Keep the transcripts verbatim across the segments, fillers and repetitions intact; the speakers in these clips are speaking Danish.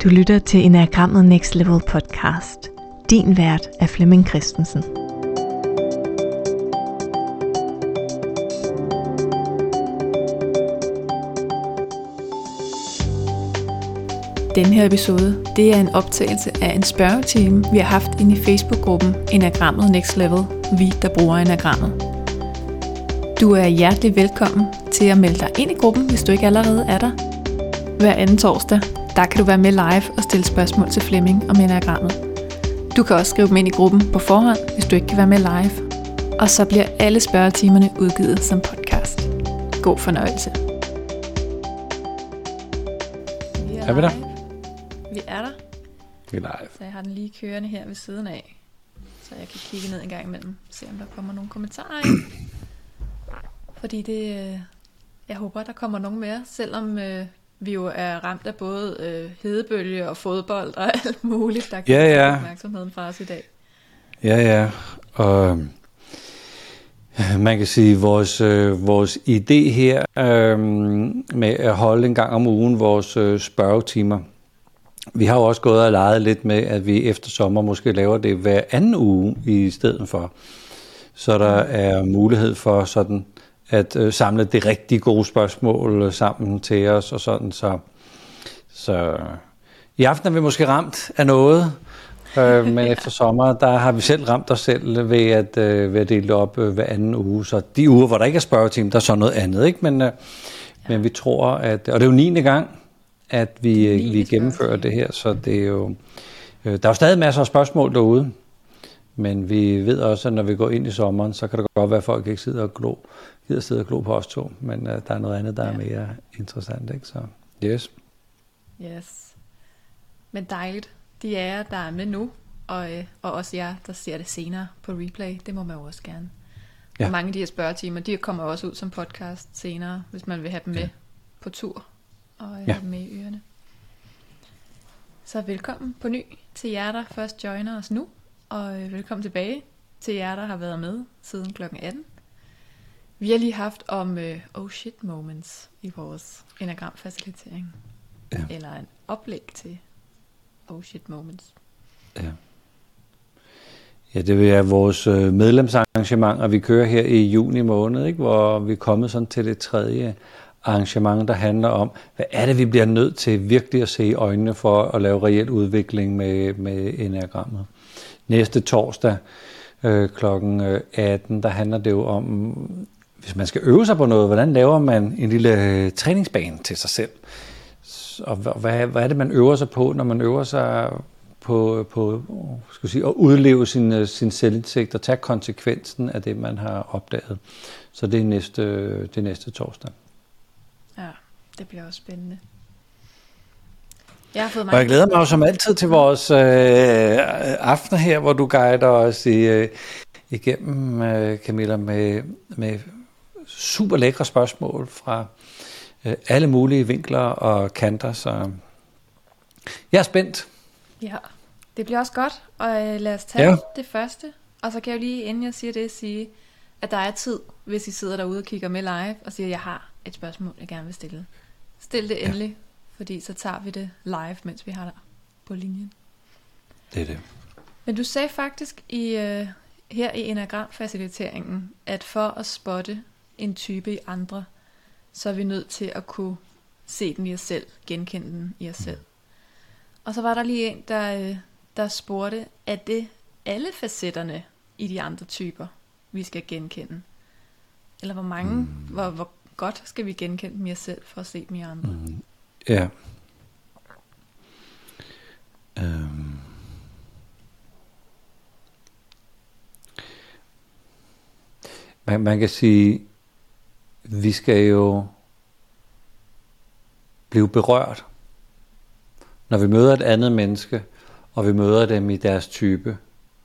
Du lytter til Enneagrammet Next Level podcast. Din vært er Flemming Christensen. Den her episode, det er en optagelse af en spørgetime, vi har haft inde i Facebook-gruppen Enneagrammet Next Level, vi der bruger Enneagrammet. Du er hjertelig velkommen til at melde dig ind i gruppen, hvis du ikke allerede er der. Hver anden torsdag, der kan du være med live og stille spørgsmål til Flemming om Enneagrammet. Du kan også skrive dem ind i gruppen på forhånd, hvis du ikke kan være med live. Og så bliver alle spørgetimerne udgivet som podcast. God fornøjelse. Vi er, er vi der? Vi er der. Vi er live. Så jeg har den lige kørende her ved siden af. Så jeg kan kigge ned en gang imellem. Se om der kommer nogle kommentarer ind. Fordi det... Jeg håber, der kommer nogen mere. Selvom... Øh, vi jo er ramt af både øh, hedebølge og fodbold og alt muligt, der kan ja, ja. få opmærksomheden fra os i dag. Ja, ja. Og man kan sige, at vores, øh, vores idé her øh, med at holde en gang om ugen vores øh, spørgetimer, vi har jo også gået og leget lidt med, at vi efter sommer måske laver det hver anden uge i stedet for. Så der er mulighed for sådan at øh, samle det rigtig gode spørgsmål sammen til os og sådan. Så, så i aften er vi måske ramt af noget, øh, men efter sommer, der har vi selv ramt os selv ved at, øh, ved at dele det op øh, hver anden uge. Så de uger, hvor der ikke er spørgetime, der er så noget andet, ikke? Men, øh, ja. men vi tror, at, og det er jo niende gang, at vi, øh, vi gennemfører det her, så det er jo, øh, der er jo stadig masser af spørgsmål derude. Men vi ved også, at når vi går ind i sommeren, så kan det godt være, at folk ikke sidder og glo, gider sidde og glo på os to. Men uh, der er noget andet, der ja. er mere interessant, ikke? Så yes. Yes. Men dejligt. De er jer, der er med nu, og, øh, og også jer, der ser det senere på replay. Det må man jo også gerne. Ja. Og mange af de her spørgetimer, de kommer også ud som podcast senere, hvis man vil have dem med ja. på tur og øh, ja. have dem med i ørerne. Så velkommen på ny til jer, der først joiner os nu. Og velkommen tilbage til jer, der har været med siden klokken atten. Vi har lige haft om uh, oh shit moments i vores enneagramfacilitering. Ja. Eller en oplæg til oh shit moments. Ja, ja det er vores medlemsarrangement, og vi kører her i juni måned, ikke? Hvor vi er kommet sådan til det tredje arrangement, der handler om, hvad er det, vi bliver nødt til virkelig at se i øjnene for at lave reel udvikling med, med enneagrammet. Næste torsdag øh, klokken atten, der handler det jo om, hvis man skal øve sig på noget, hvordan laver man en lille træningsbane til sig selv? Og hvad, hvad er det, man øver sig på, når man øver sig på, på skal sige, at udleve sin, sin selvindsigt og tage konsekvensen af det, man har opdaget. Så det er næste, det er næste torsdag. Ja, det bliver også spændende. Jeg har fået og jeg glæder mig jo som altid til vores øh, aftener her, hvor du guider os i, øh, igennem, øh, Camilla, med, med super lækre spørgsmål fra øh, alle mulige vinkler og kanter. Så jeg er spændt. Ja, det bliver også godt, og øh, lad os tage ja. det første. Og så kan jeg jo lige, inden jeg siger det, sige, at der er tid, hvis I sidder derude og kigger med live, og siger, at jeg har et spørgsmål, jeg gerne vil stille. Stil det endelig. Ja. Fordi så tager vi det live, mens vi har der på linjen. Det er det. Men du sagde faktisk i, uh, her i enneagramfaciliteringen, at for at spotte en type i andre, så er vi nødt til at kunne se den i os selv, genkende den i os selv. Og så var der lige en, der, der spurgte, er det alle facetterne i de andre typer, vi skal genkende? Eller hvor mange, mm. hvor, hvor godt skal vi genkende dem i os selv, for at se dem i andre? Mm. Ja. Øhm. Man, man kan sige, vi skal jo blive berørt, når vi møder et andet menneske, og vi møder dem i deres type.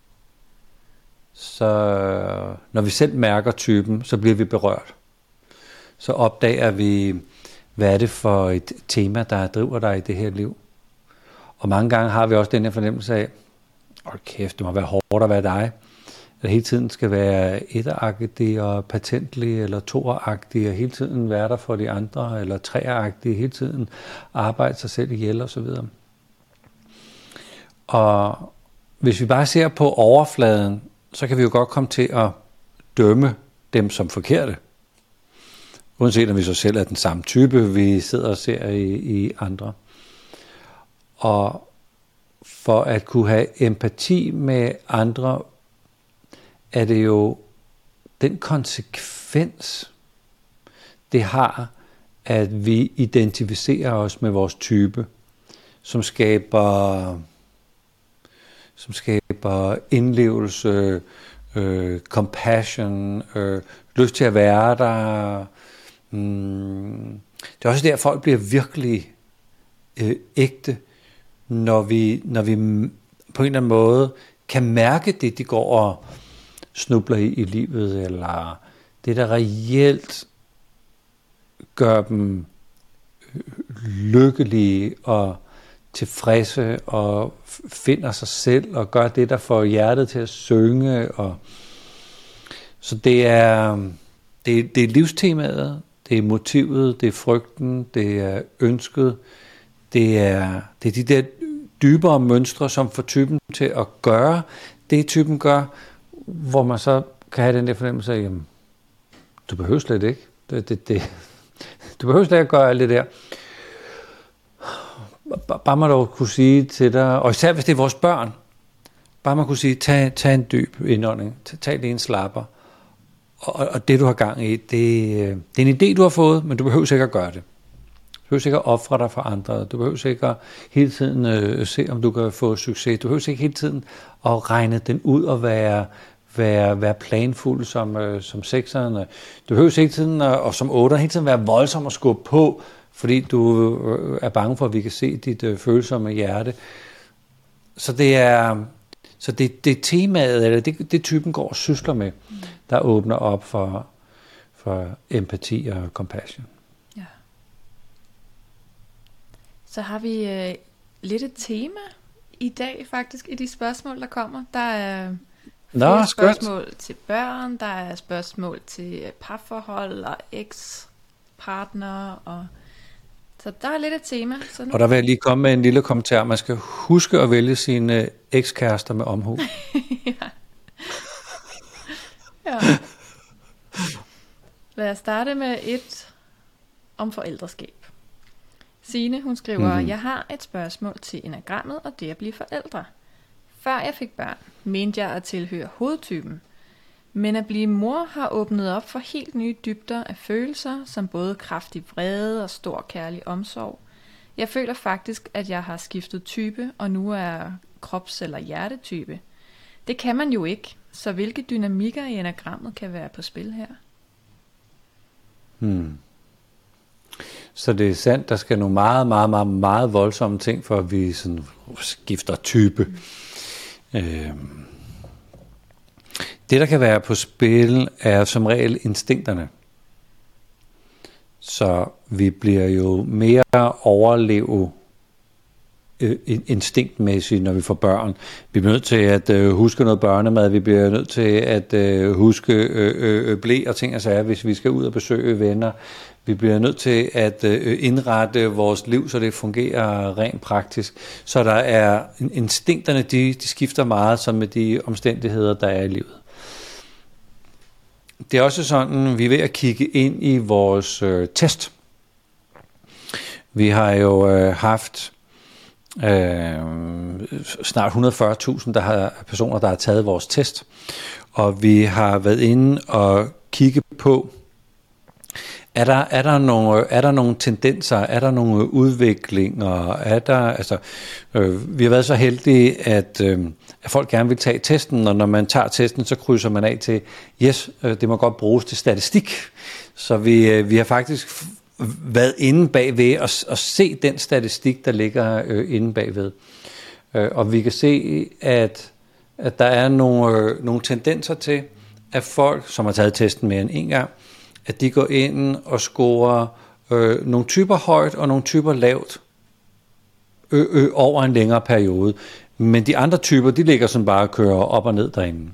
Så når vi selv mærker typen, så bliver vi berørt. Så opdager vi, hvad er det for et tema, der driver dig i det her liv? Og mange gange har vi også den her fornemmelse af, åh kæft, det må være hårdt at være dig. At hele tiden skal være etteragtig og patentlig eller toeragtig, og hele tiden være der for de andre, eller treeragtig, hele tiden arbejde sig selv ihjel og så videre. Og hvis vi bare ser på overfladen, så kan vi jo godt komme til at dømme dem som forkerte. Uanset om vi så selv er den samme type, vi sidder og ser i, i andre. Og for at kunne have empati med andre, er det jo den konsekvens, det har, at vi identificerer os med vores type, som skaber, som skaber indlevelse, øh, compassion, øh, lyst til at være der. Mm. Det er også der, folk bliver virkelig øh, ægte, når vi, når vi på en eller anden måde kan mærke det, de går og snubler i i livet, eller det, der reelt gør dem lykkelige og tilfredse og finder sig selv og gør det, der får hjertet til at synge. Og så det er, det, det er livstemaet, det er motivet, det er frygten, det er ønsket, det er, det er de der dybere mønstre, som får typen til at gøre det, typen gør, hvor man så kan have den der fornemmelse af, jamen, du behøver slet ikke. Det, det, det. Du behøver slet ikke at gøre alt det der. Bare man dog kunne sige til dig, og især hvis det er vores børn, bare man kunne sige, tag, tag en dyb indånding, tag, tag lige en slapper, og, og det du har gang i, det, det er en idé, du har fået, men du behøver sikkert at gøre det. Du behøver sikkert at ofre dig for andre, du behøver sikkert hele tiden øh, se, om du kan få succes, du behøver sikkert hele tiden at regne den ud og være, være, være planfuld som, øh, som sekseren. Du behøver hele tiden, øh, og som otteren, hele tiden være voldsom og skubbe på, fordi du øh, er bange for, at vi kan se dit øh, følsomme hjerte. Så det er, så det, det er temaet, eller det, det typen går og sysler med, der åbner op for, for empati og compassion. Ja. Så har vi øh, lidt et tema i dag faktisk, i de spørgsmål, der kommer. Der er Nå, spørgsmål skønt. Til børn, der er spørgsmål til parforhold og eks-partner, og så der er lidt et tema. Så nu... Og der vil jeg lige komme med en lille kommentar. Man skal huske at vælge sine ekskærester med omhu. ja. ja. Lad os starte med et om forældreskab. Signe, hun skriver, mm-hmm. jeg har et spørgsmål til enagrammet og det at blive forældre. Før jeg fik børn, mente jeg at tilhøre hovedtypen. Men at blive mor har åbnet op for helt nye dybder af følelser, som både kraftig vrede og stor kærlig omsorg. Jeg føler faktisk, at jeg har skiftet type, og nu er krops- eller hjertetype. Det kan man jo ikke, så hvilke dynamikker i enagrammet kan være på spil her? Hmm. Så det er sandt, der skal nogle meget, meget, meget, meget voldsomme ting, for at vi sådan skifter type. Mm. Øhm. Det, der kan være på spil, er som regel instinkterne. Så vi bliver jo mere overleve øh, instinktmæssigt, når vi får børn. Vi bliver nødt til at øh, huske noget børnemad, vi bliver nødt til at øh, huske øh, øh, blæ og ting og sager, hvis vi skal ud og besøge venner. Vi bliver nødt til at øh, indrette vores liv, så det fungerer rent praktisk. Så der er instinkterne, de, de skifter meget som med de omstændigheder, der er i livet. Det er også sådan, vi er ved at kigge ind i vores øh, test. Vi har jo øh, haft øh, snart et hundrede og fyrre tusind der har, personer, der har taget vores test. Og vi har været inde og kigge på, er der, er der, nogle, er der nogle tendenser, er der nogle udviklinger, er der, altså, øh, vi har været så heldige, at, øh, at folk gerne vil tage testen, og når man tager testen, så krydser man af til, yes, øh, det må godt bruges til statistik. Så vi, øh, vi har faktisk været inde bagved og, og se den statistik, der ligger øh, inde bagved. Øh, og vi kan se, at, at der er nogle, øh, nogle tendenser til, at folk, som har taget testen mere end en gang, at de går ind og scorer øh, nogle typer højt og nogle typer lavt ø- ø- over en længere periode. Men de andre typer, de ligger sådan bare og kører op og ned derinde.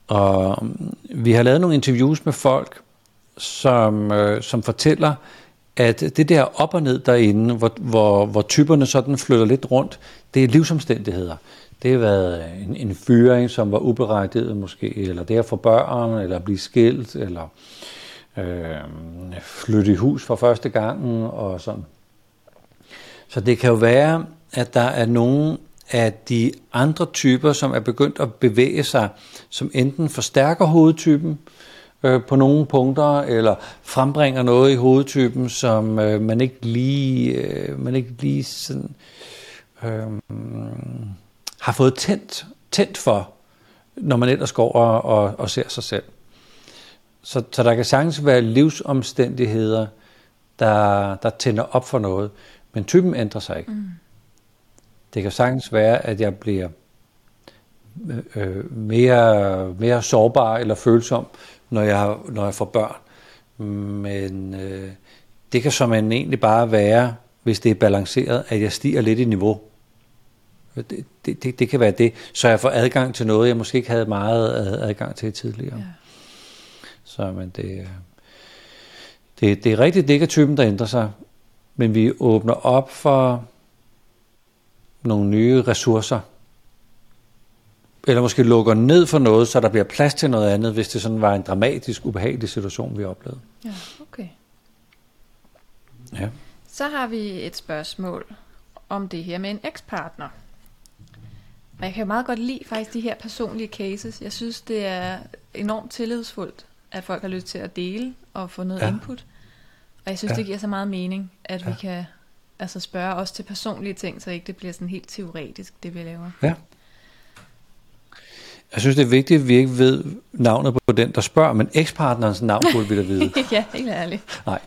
Og vi har lavet nogle interviews med folk, som, øh, som fortæller, at det der op og ned derinde, hvor, hvor, hvor typerne sådan flytter lidt rundt, det er livsomstændigheder. Det har været en, en fyring, som var uberettiget måske, eller det at få børn, eller blive skilt, eller øh, flytte i hus for første gang, og sådan. Så det kan jo være, at der er nogle af de andre typer, som er begyndt at bevæge sig, som enten forstærker hovedtypen øh, på nogle punkter, eller frembringer noget i hovedtypen, som øh, man ikke lige, øh, man ikke lige sådan, øh, har fået tændt, tændt for, når man ellers går og, og, og ser sig selv. Så, så der kan sagtens være livsomstændigheder, der, der tænder op for noget, men typen ændrer sig ikke. Mm. Det kan sagtens være, at jeg bliver øh, mere, mere sårbar eller følsom, når jeg, når jeg får børn. Men øh, det kan som egentlig bare være, hvis det er balanceret, at jeg stiger lidt i niveau. Det, det, det, det kan være det, så jeg får adgang til noget, jeg måske ikke havde meget adgang til tidligere. Ja. Så men det, det, det er rigtigt, det ikke er typen, der ændrer sig, men vi åbner op for nogle nye ressourcer, eller måske lukker ned for noget, så der bliver plads til noget andet, hvis det sådan var en dramatisk, ubehagelig situation, vi oplevede. Ja, okay. Ja. Så har vi et spørgsmål om det her med en ekspartner. Og jeg kan meget godt lide faktisk de her personlige cases. Jeg synes, det er enormt tillidsfuldt, at folk har lyst til at dele og få noget ja. input. Og jeg synes, ja. det giver så meget mening, at ja. vi kan altså spørge også til personlige ting, så ikke det bliver sådan helt teoretisk, det vi laver. Ja. Jeg synes, det er vigtigt, at vi ikke ved navnet på den, der spørger, men ekspartnerens navn burde vi da vide. Ja, helt ærligt. Nej.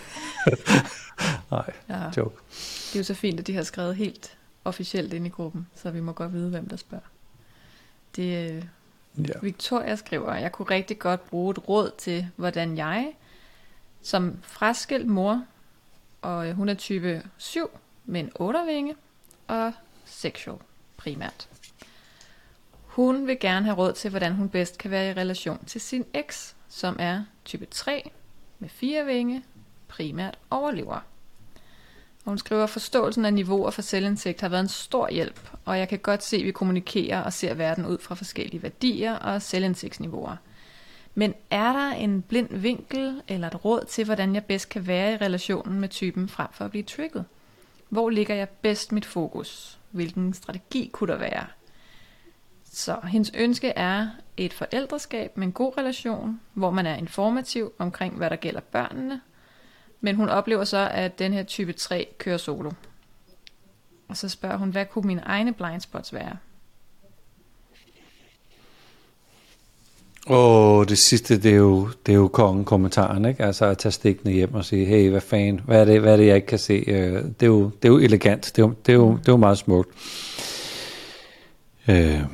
Nej, ja. joke. Det er jo så fint, at de har skrevet helt officielt ind i gruppen, så vi må godt vide, hvem der spørger. Det ja. Victoria skriver, jeg kunne rigtig godt bruge et råd til, hvordan jeg, som fraskilt mor, og hun er type syv med en ottervinge og sexual primært. Hun vil gerne have råd til, hvordan hun bedst kan være i relation til sin eks, som er type tre med fire vinge, primært overlever. Og hun skriver, forståelsen af niveauer for selvindsigt har været en stor hjælp, og jeg kan godt se, at vi kommunikerer og ser verden ud fra forskellige værdier og selvindsigtsniveauer. Men er der en blind vinkel eller et råd til, hvordan jeg bedst kan være i relationen med typen frem for at blive trigget? Hvor ligger jeg bedst mit fokus? Hvilken strategi kunne der være? Så hendes ønske er et forældreskab med en god relation, hvor man er informativ omkring, hvad der gælder børnene. Men hun oplever så, at den her type tre kører solo. Og så spørger hun, hvad kunne mine egne blindspots være? Åh, oh, det sidste, det er jo, det er jo kongekommentaren, ikke? Altså at tage stikkene hjem og sige, hey, hvad fanden, hvad er det, hvad er det jeg ikke kan se? Det er jo, det er jo elegant, det er jo, det er jo, det er jo meget smukt. Øh.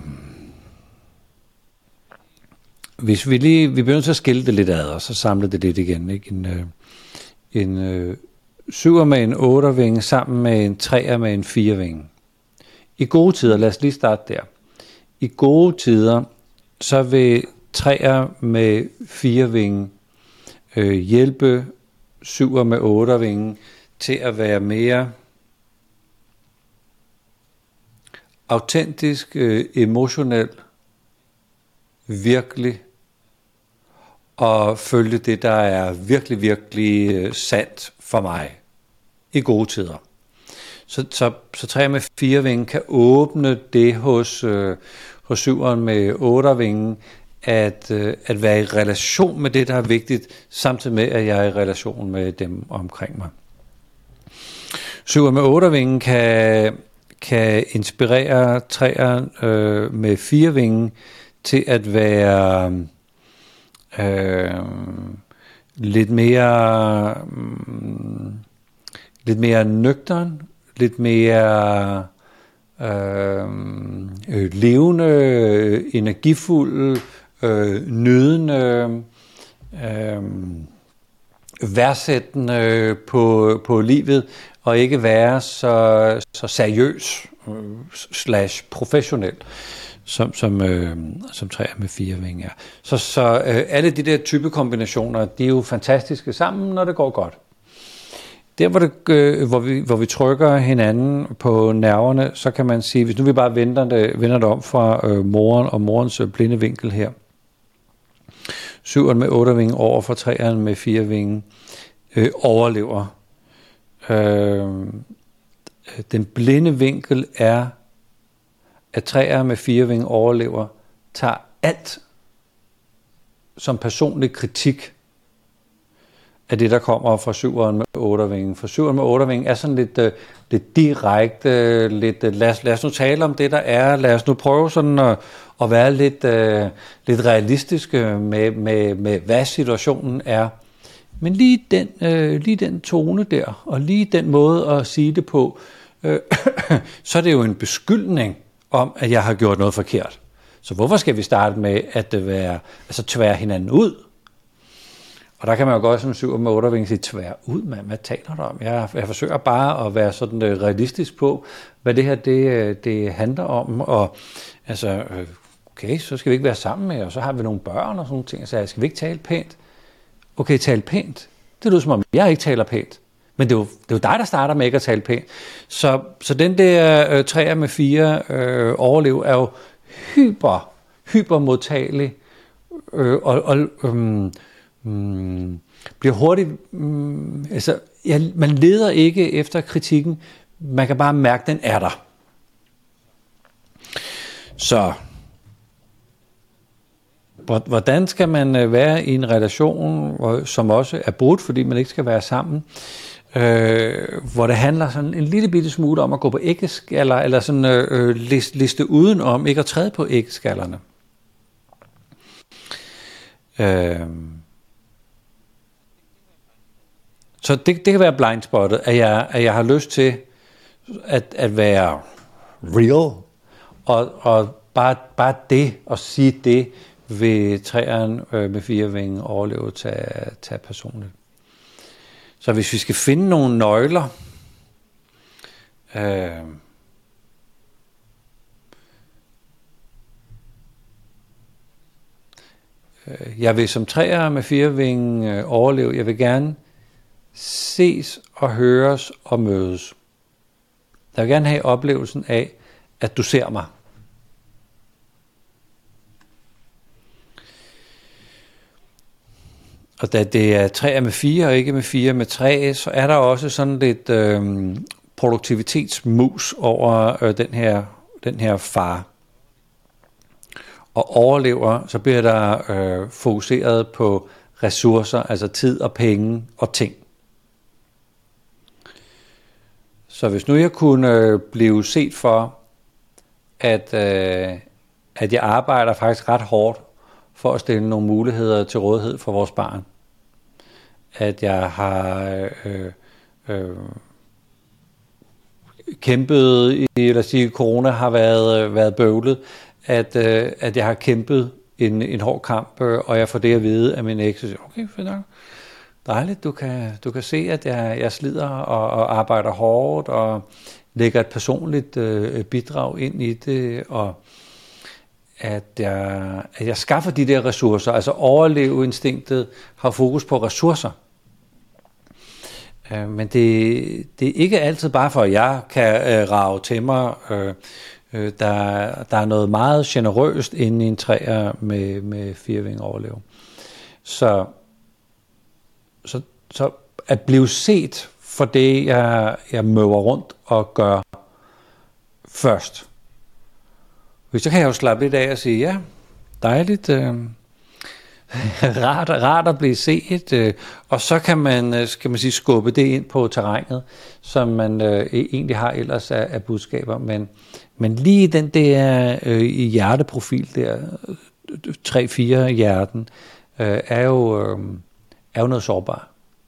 Hvis vi lige, vi begynder til at skille det lidt ad, og så samle det lidt igen, ikke? En, øh, en øh, syver med en ottervinge sammen med en treer med en firevinge. I gode tider, lad os lige starte der. I gode tider, så vil treer med firevinge øh, hjælpe syver med ottervinge til at være mere autentisk, øh, emotionel, virkelig, og følge det, der er virkelig, virkelig øh, sandt for mig i gode tider. Så, så, så tre med fire vinge kan åbne det hos, øh, hos syveren med ottervingen, at, øh, at være i relation med det, der er vigtigt, samtidig med, at jeg er i relation med dem omkring mig. Syveren med ottervingen kan, kan inspirere træeren øh, med fire vinge til at være øh, lidt mere øh, lidt mere nøgtern, lidt mere øh, øh, levende, energifuld, øh, nydende, øh, værdsættende på, på livet, og ikke være så, så seriøs øh, slash professionel, som, som, øh, som træer med fire vinge er. Så, så øh, alle de der type kombinationer, de er jo fantastiske sammen, når det går godt. der hvor, det, øh, hvor, vi, hvor vi trykker hinanden på nerverne, så kan man sige, hvis nu vi bare vender det, vender det om fra øh, moren og morens øh, blinde vinkel her. Syveren med otte vinge over for treeren med fire vinge øh, overlever. Øh, den blinde vinkel er, at treeren med fire vinge overlever, tager alt som personlig kritik af det, der kommer fra syveren med otte vinge. For syveren med otte vinge er sådan lidt, uh, lidt direkte, lidt, uh, lad, os, lad os nu tale om det, der er, lad os nu prøve sådan at, at være lidt, uh, lidt realistiske med, med, med, hvad situationen er. Men lige den, uh, lige den tone der, og lige den måde at sige det på, uh, så er det jo en beskyldning om, at jeg har gjort noget forkert. Så hvorfor skal vi starte med at være, altså tvære hinanden ud? Og der kan man jo godt som syv med otte vinge sige, tvære ud, mand, hvad taler du om? Jeg, jeg forsøger bare at være sådan realistisk på, hvad det her det, det handler om. Og altså, okay, så skal vi ikke være sammen med, og så har vi nogle børn og sådan nogle ting. Så jeg skal vi ikke tale pænt? Okay, tale pænt. Det lyder som om, jeg ikke taler pænt. Men det er, jo, det er jo dig, der starter med ikke at tale pænt. Så, så den der øh, treer med fire øh, overlev er jo hyper, hyper modtagelig øh, og, og øh, Mm, bliver hurtigt, mm, altså, ja, man leder ikke efter kritikken, man kan bare mærke, den er der. Så, hvordan skal man være i en relation, som også er brudt, fordi man ikke skal være sammen, øh, hvor det handler sådan en lille bitte smule om at gå på æggeskaller, eller sådan øh, liste, liste udenom, ikke at træde på æggeskallerne. Øh, Så det, det kan være blindspottet, at jeg, at jeg har lyst til at, at være real, og, og bare, bare det, og sige det, vil træeren øh, med fire vinge overleve tage, tage personligt. Så hvis vi skal finde nogle nøgler, øh, jeg vil som træer med fire vinge øh, overleve, jeg vil gerne ses og høres og mødes. Jeg vil gerne have oplevelsen af, at du ser mig. Og da det er træer med fire og ikke med fire med tre, så er der også sådan lidt øh, produktivitetsmus over øh, den her, den her far. Og overlever, så bliver der øh, fokuseret på ressourcer, altså tid og penge og ting. Så hvis nu jeg kunne blive set for, at, øh, at jeg arbejder faktisk ret hårdt for at stille nogle muligheder til rådighed for vores barn. At jeg har øh, øh, kæmpet i, lad os sige, corona har været, været bøvlet, at, øh, at jeg har kæmpet en, en hård kamp, øh, og jeg får det at vide af min eks. Okay, fedt nok. Dejligt, du kan, du kan se, at jeg, jeg slider og, og arbejder hårdt og lægger et personligt øh, bidrag ind i det, og at jeg, at jeg skaffer de der ressourcer, altså overleveinstinktet har fokus på ressourcer. Øh, men det, det er ikke altid bare for, at jeg kan øh, rage til mig. Øh, øh, der, der er noget meget generøst inde i en træer med, med fire vinge overlev. Så Så, så at blive set for det, jeg, jeg møver rundt og gør først. Hvis så kan jeg jo slappe lidt af og sige, ja, dejligt, øh, rart, rart at blive set, øh, og så kan man, skal man sige, skubbe det ind på terrænet, som man øh, egentlig har ellers af, af budskaber. Men, men lige den der øh, hjerteprofil der, tre fire hjerten, øh, er jo... Øh, er jo noget sårbart.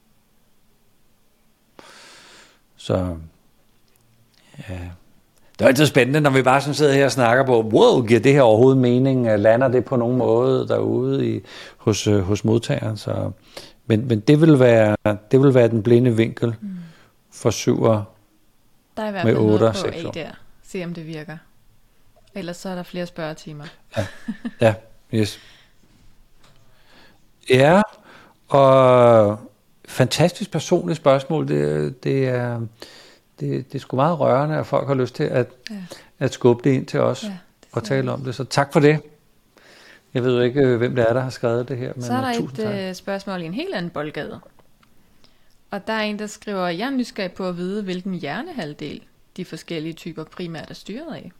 Så ja. Det er altid spændende, når vi bare sådan sidder her og snakker på, wow, giver det her overhovedet mening? Lander det på nogen måde derude i, hos, hos modtageren? Så, men, men det vil være det vil være den blinde vinkel mm. for syver der er i hvert med fald otte noget og på seks. A der. Se om det virker. Ellers så er der flere spørgetimer. Ja, ja, yes. Ja, og fantastisk personligt spørgsmål. Det, det, er, det, det er sgu meget rørende, at folk har lyst til at, ja. at skubbe det ind til os ja, og tale om det. Så tak for det. Jeg ved jo ikke, hvem det er, der har skrevet det her. Men så er der et tak. spørgsmål i en helt anden boldgade. Og der er en, der skriver, jeg er nysgerrig på at vide, hvilken hjernehalvdel de forskellige typer primært er styret af.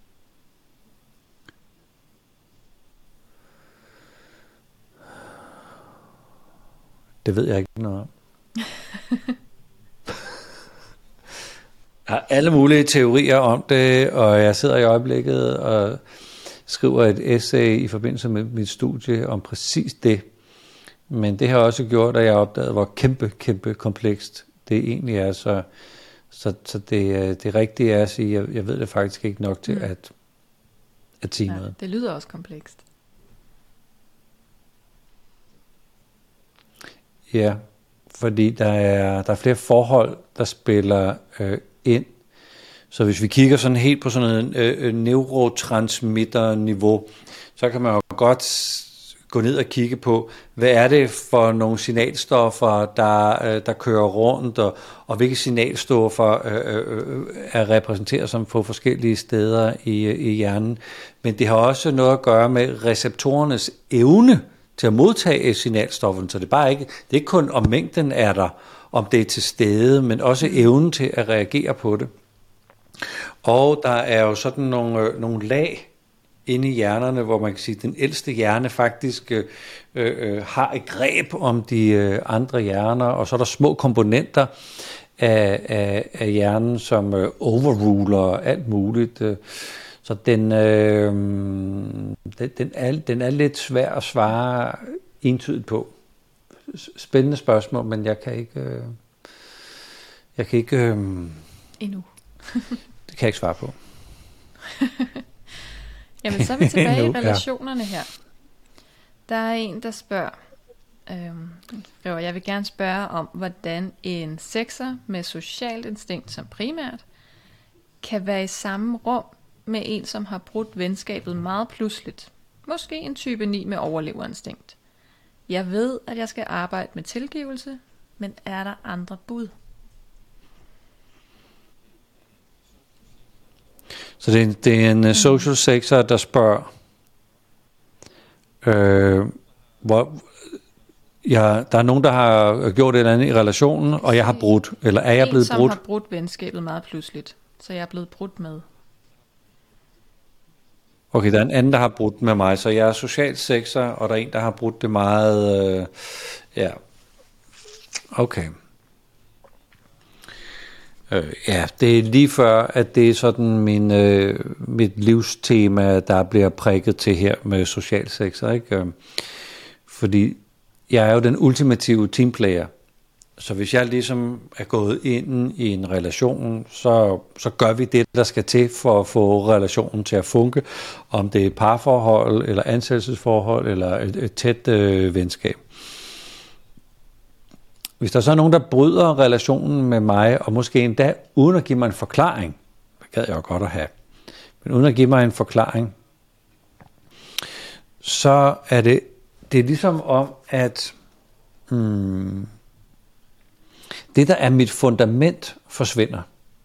Det ved jeg ikke noget om. Jeg har alle mulige teorier om det, og jeg sidder i øjeblikket og skriver et essay i forbindelse med mit studie om præcis det. Men det har også gjort, at jeg opdagede, hvor kæmpe, kæmpe komplekst det egentlig er. Så, så, så det, det rigtige er at sige, jeg, jeg ved det faktisk ikke nok til mm. at, at sige ja, noget. Det lyder også komplekst. Ja, fordi der er, der er flere forhold, der spiller øh, ind. Så hvis vi kigger sådan helt på sådan en øh, neurotransmitter-niveau, så kan man jo godt gå ned og kigge på, hvad er det for nogle signalstoffer, der, øh, der kører rundt, og, og hvilke signalstoffer øh, øh, er repræsenteret som på forskellige steder i, i hjernen. Men det har også noget at gøre med receptorernes evne til at modtage signalstofferne, så det er bare ikke, det er ikke kun om mængden er der, om det er til stede, men også evnen til at reagere på det. Og der er jo sådan nogle, nogle lag inde i hjernerne, hvor man kan sige, at den ældste hjerne faktisk øh, øh, har et greb om de øh, andre hjerner, og så er der små komponenter af, af, af hjernen, som øh, overruler alt muligt. Øh. Så den, øh, den, den, er, den er lidt svær at svare entydigt på. Spændende spørgsmål, men jeg kan ikke... Øh, jeg kan ikke... Øh, Endnu. Det kan jeg ikke svare på. Jamen, så er vi tilbage i relationerne her. Der er en, der spørger, øhm, jeg vil gerne spørge om, hvordan en sekser med socialt instinkt som primært, kan være i samme rum med en, som har brudt venskabet meget pludseligt. Måske en type ni med overleverinstinkt. Jeg ved, at jeg skal arbejde med tilgivelse, men er der andre bud? Så det er, det er en mm. social sexer, der spørger, øh, hvor, ja, der er nogen, der har gjort et eller andet i relationen, og jeg har brudt, eller er jeg blevet brudt? En, brudt? som har brudt venskabet meget pludseligt, så jeg er blevet brudt med. Okay, der er en anden, der har brudt med mig, så jeg er social sexer, og der er en, der har brudt det meget, øh, ja, okay. Øh, ja, det er lige før, at det er sådan min, øh, mit livstema, der bliver prikket til her med social sexer, ikke? Fordi jeg er jo den ultimative teamplayer. Så hvis jeg ligesom er gået ind i en relation, så, så gør vi det, der skal til for at få relationen til at funke. Om det er parforhold, eller ansættelsesforhold, eller et, et tæt øh, venskab. Hvis der så er nogen, der bryder relationen med mig, og måske endda uden at give mig en forklaring, det gad jeg jo godt at have, men uden at give mig en forklaring, så er det, det er ligesom om, at hmm, det, der er mit fundament, forsvinder.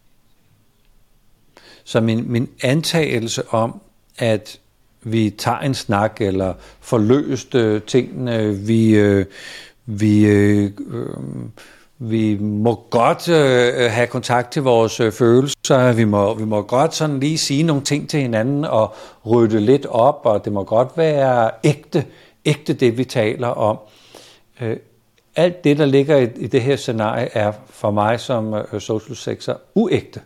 Så min, min antagelse om, at vi tager en snak, eller får løst øh, tingene, vi... Øh, Vi, øh, vi må godt øh, have kontakt til vores øh, følelser, vi må, vi må godt sådan lige sige nogle ting til hinanden og rydde lidt op, og det må godt være ægte, ægte det, vi taler om. Øh, alt det, der ligger i, i det her scenarie, er for mig som øh, social sexer uægte.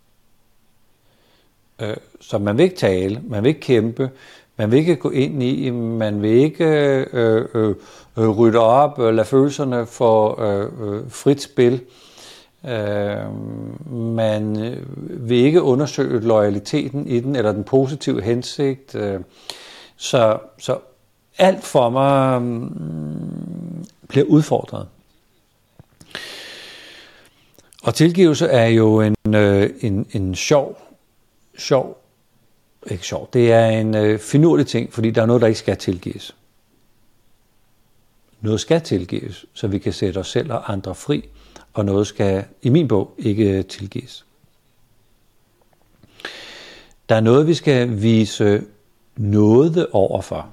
Øh, så man vil ikke tale, man vil ikke kæmpe, man vil ikke gå ind i, man vil ikke øh, øh, øh, rydde op, øh, lade følelserne få øh, øh, frit spil. Øh, man vil ikke undersøge loyaliteten i den, eller den positive hensigt. Øh, så, så alt for mig øh, bliver udfordret. Og tilgivelse er jo en, øh, en, en sjov, sjov ikke sjovt. Det er en øh, finurlig ting, fordi der er noget, der ikke skal tilgives. noget skal tilgives, så vi kan sætte os selv og andre fri, og noget skal, i min bog, ikke tilgives. Der er noget, vi skal vise nåde overfor.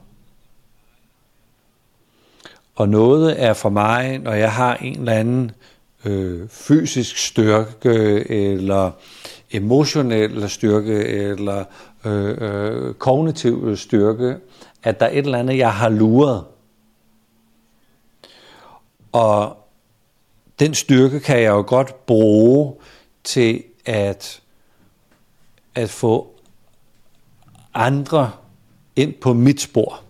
Og noget er for mig, når jeg har en eller anden øh, fysisk styrke, eller emotionel styrke, eller øh, øh, kognitiv styrke, at der er et eller andet, jeg har luret. Og den styrke kan jeg jo godt bruge til at, at få andre ind på mit spor.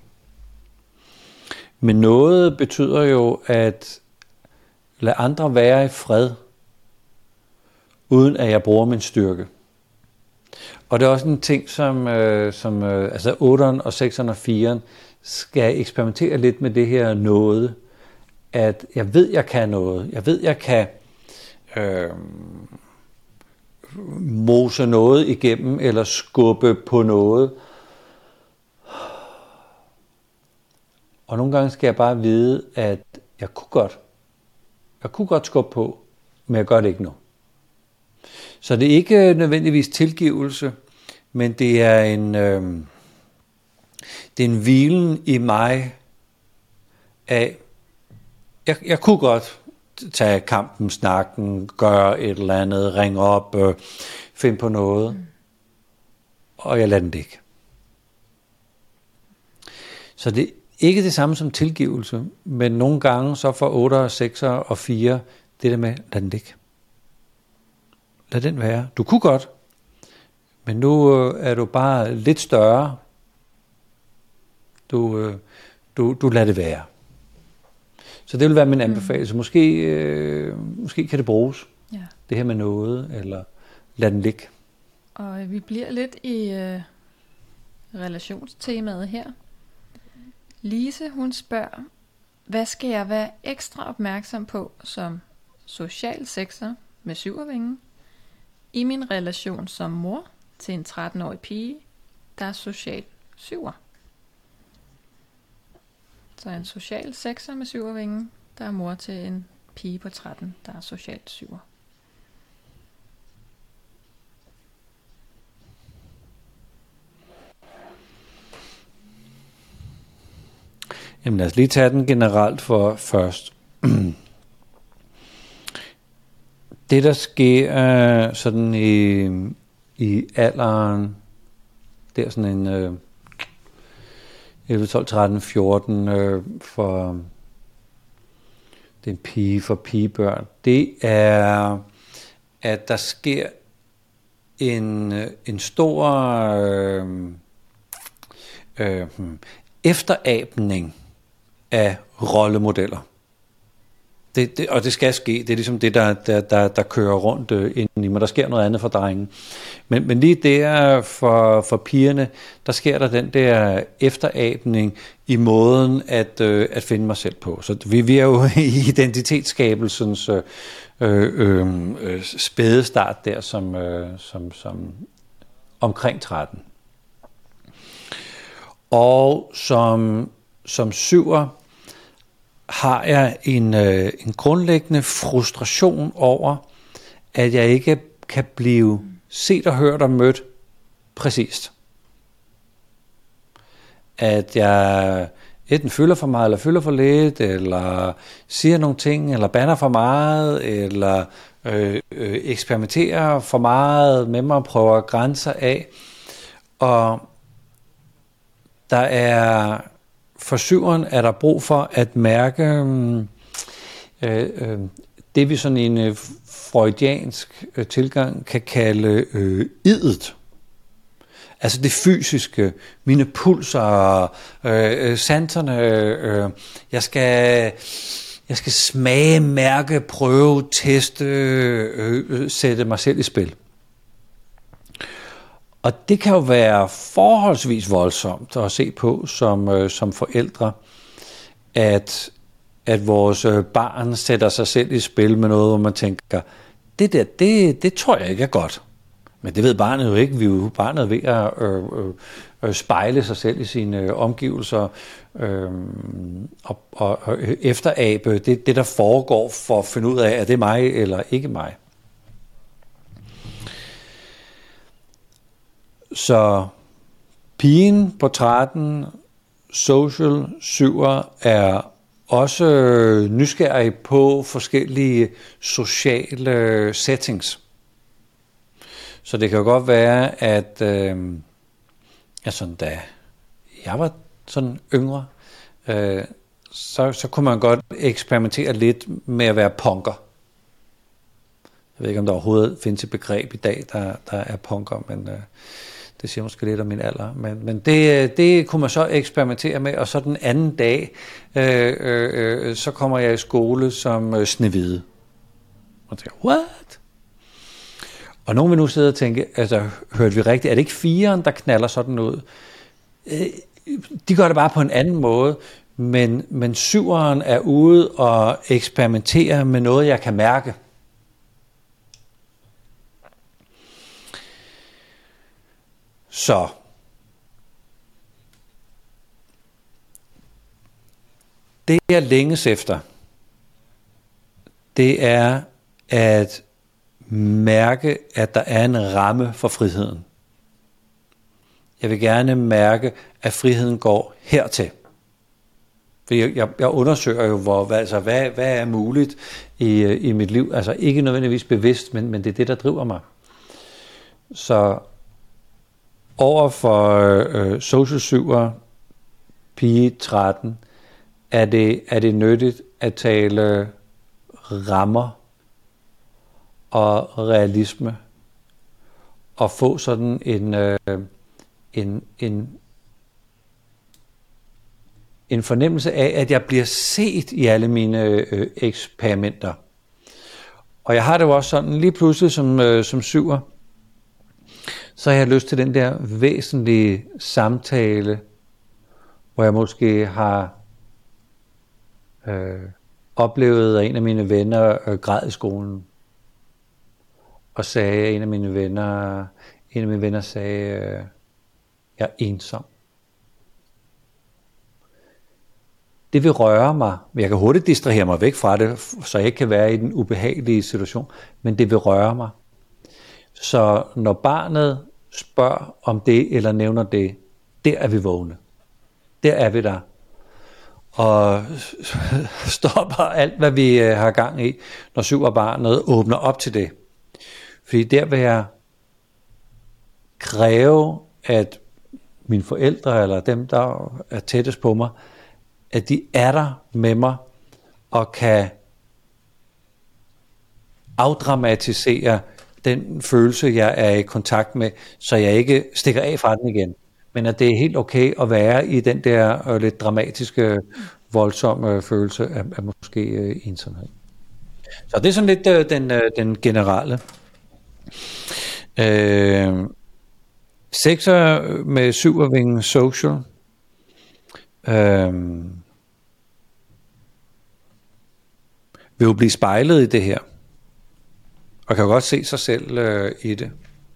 Men noget betyder jo at lade andre være i fred, uden at jeg bruger min styrke. Og det er også en ting, som, øh, som øh, altså otteren og sekseren og fireren skal eksperimentere lidt med det her noget, at jeg ved, jeg kan noget. Jeg ved, jeg kan øh, mose noget igennem, eller skubbe på noget. Og nogle gange skal jeg bare vide, at jeg kunne godt. Jeg kunne godt skubbe på, men jeg gør det ikke nu. Så det er ikke nødvendigvis tilgivelse, men det er en, øh, det er en hvilen i mig af, jeg, jeg kunne godt tage kampen, snakken, gøre et eller andet, ringe op, øh, finde på noget, mm. og jeg lader den det ikke. Så det er ikke det samme som tilgivelse, men nogle gange så for otter, sekser og fire, det der med, lad den ikke. Lad den være. Du kunne godt, men nu øh, er du bare lidt større. Du, øh, du, du lader det være. Så det vil være min anbefaling. Mm. Måske, øh, måske kan det bruges. Ja. Det her med noget, eller lad den ligge. Og vi bliver lidt i øh, relationstemaet her. Lise, hun spørger, hvad skal jeg være ekstra opmærksom på som social sekser med syvervingen i min relation som mor til en tretten-årig pige, der er social syver? Så en social sekser med syvervingen, der er mor til en pige på tretten, der er socialt syver. Jamen lad os lige tage den generelt for først. Det der sker uh, sådan i, i alderen, det er sådan en uh, elleve, tolv, tretten, fjorten uh, for den pige for pigebørn, det er at der sker en, en stor uh, uh, efterabning af rollemodeller. Det, det, og det skal ske. Det er ligesom det, der, der, der, der kører rundt øh, ind i mig. Der sker noget andet for drengen. Men, men lige der for, for pigerne, der sker der den der efterabning i måden at, øh, at finde mig selv på. Så vi, vi er jo i identitetsskabelsens øh, øh, øh, spæde start der som, øh, som, som omkring tretten. Og som, som syver har jeg en, øh, en grundlæggende frustration over, at jeg ikke kan blive set og hørt og mødt præcist. At jeg enten føler for meget, eller føler for lidt, eller siger nogle ting, eller banner for meget, eller øh, øh, eksperimenterer for meget med mig og prøver grænser af. Og der er for syveren er der brug for at mærke øh, øh, det, vi sådan i en øh, freudiansk øh, tilgang kan kalde øh, idet. Altså det fysiske, mine pulser, øh, sanserne, øh, jeg skal jeg skal smage, mærke, prøve, teste, øh, øh, sætte mig selv i spil. Og det kan jo være forholdsvis voldsomt at se på som, øh, som forældre, at, at vores barn sætter sig selv i spil med noget, hvor man tænker, det der, det, det tror jeg ikke er godt. Men det ved barnet jo ikke. Vi er jo barnet ved at øh, øh, spejle sig selv i sine øh, omgivelser øh, og, og, og efterabe det, det, der foregår, for at finde ud af, er det mig eller ikke mig. Så pigen på tretten, social syver, er også nysgerrig på forskellige sociale settings. Så det kan jo godt være, at øh, altså, da jeg var sådan yngre, øh, så, så kunne man godt eksperimentere lidt med at være punker. Jeg ved ikke, om der overhovedet findes et begreb i dag, der, der er punker, men øh, det siger måske lidt om min alder. Men, men det, det kunne man så eksperimentere med, og så den anden dag, øh, øh, så kommer jeg i skole som øh, Snehvide. Og tænker, what? Og nogen vil nu sidde og tænke, altså, hørte vi rigtigt, er det ikke fireren, der knaller sådan ud? Øh, de gør det bare på en anden måde, men, men syveren er ude og eksperimentere med noget, jeg kan mærke. Så det jeg længes efter, det er at mærke, at der er en ramme for friheden. Jeg vil gerne mærke, at friheden går hertil. For jeg, jeg, jeg undersøger jo, hvor, hvad, altså, hvad, hvad er muligt i, i mit liv. Altså ikke nødvendigvis bevidst, men, men det er det, der driver mig. Så over for øh, social syver, pige tretten, er det, er det nyttigt at tale rammer og realisme, og få sådan en, øh, en, en, en fornemmelse af, at jeg bliver set i alle mine øh, eksperimenter. Og jeg har det jo også sådan, lige pludselig som, øh, som syver, så har jeg lyst til den der væsentlige samtale, hvor jeg måske har øh, oplevet, at en af mine venner øh, græd i skolen. Og sagde, at en af mine venner, en af mine venner sagde, øh, jeg er ensom. Det vil røre mig, men jeg kan hurtigt distrahere mig væk fra det, så jeg ikke kan være i den ubehagelige situation, men det vil røre mig. Så når barnet spørger om det, eller nævner det, der er vi vågne. Der er vi der. Og stopper alt, hvad vi har gang i, når syv barnet åbner op til det. Fordi der vil jeg kræve, at mine forældre, eller dem, der er tættest på mig, at de er der med mig, og kan afdramatisere den følelse, jeg er i kontakt med, så jeg ikke stikker af fra den igen. Men at det er helt okay at være i den der øh, lidt dramatiske, voldsomme følelse af, af måske øh, ensomhed. Så det er sådan lidt øh, den, øh, den generelle. Øh, sekser med syvervingen social. Øh, vil jo blive spejlet i det her. Og kan jo godt se sig selv øh, i det.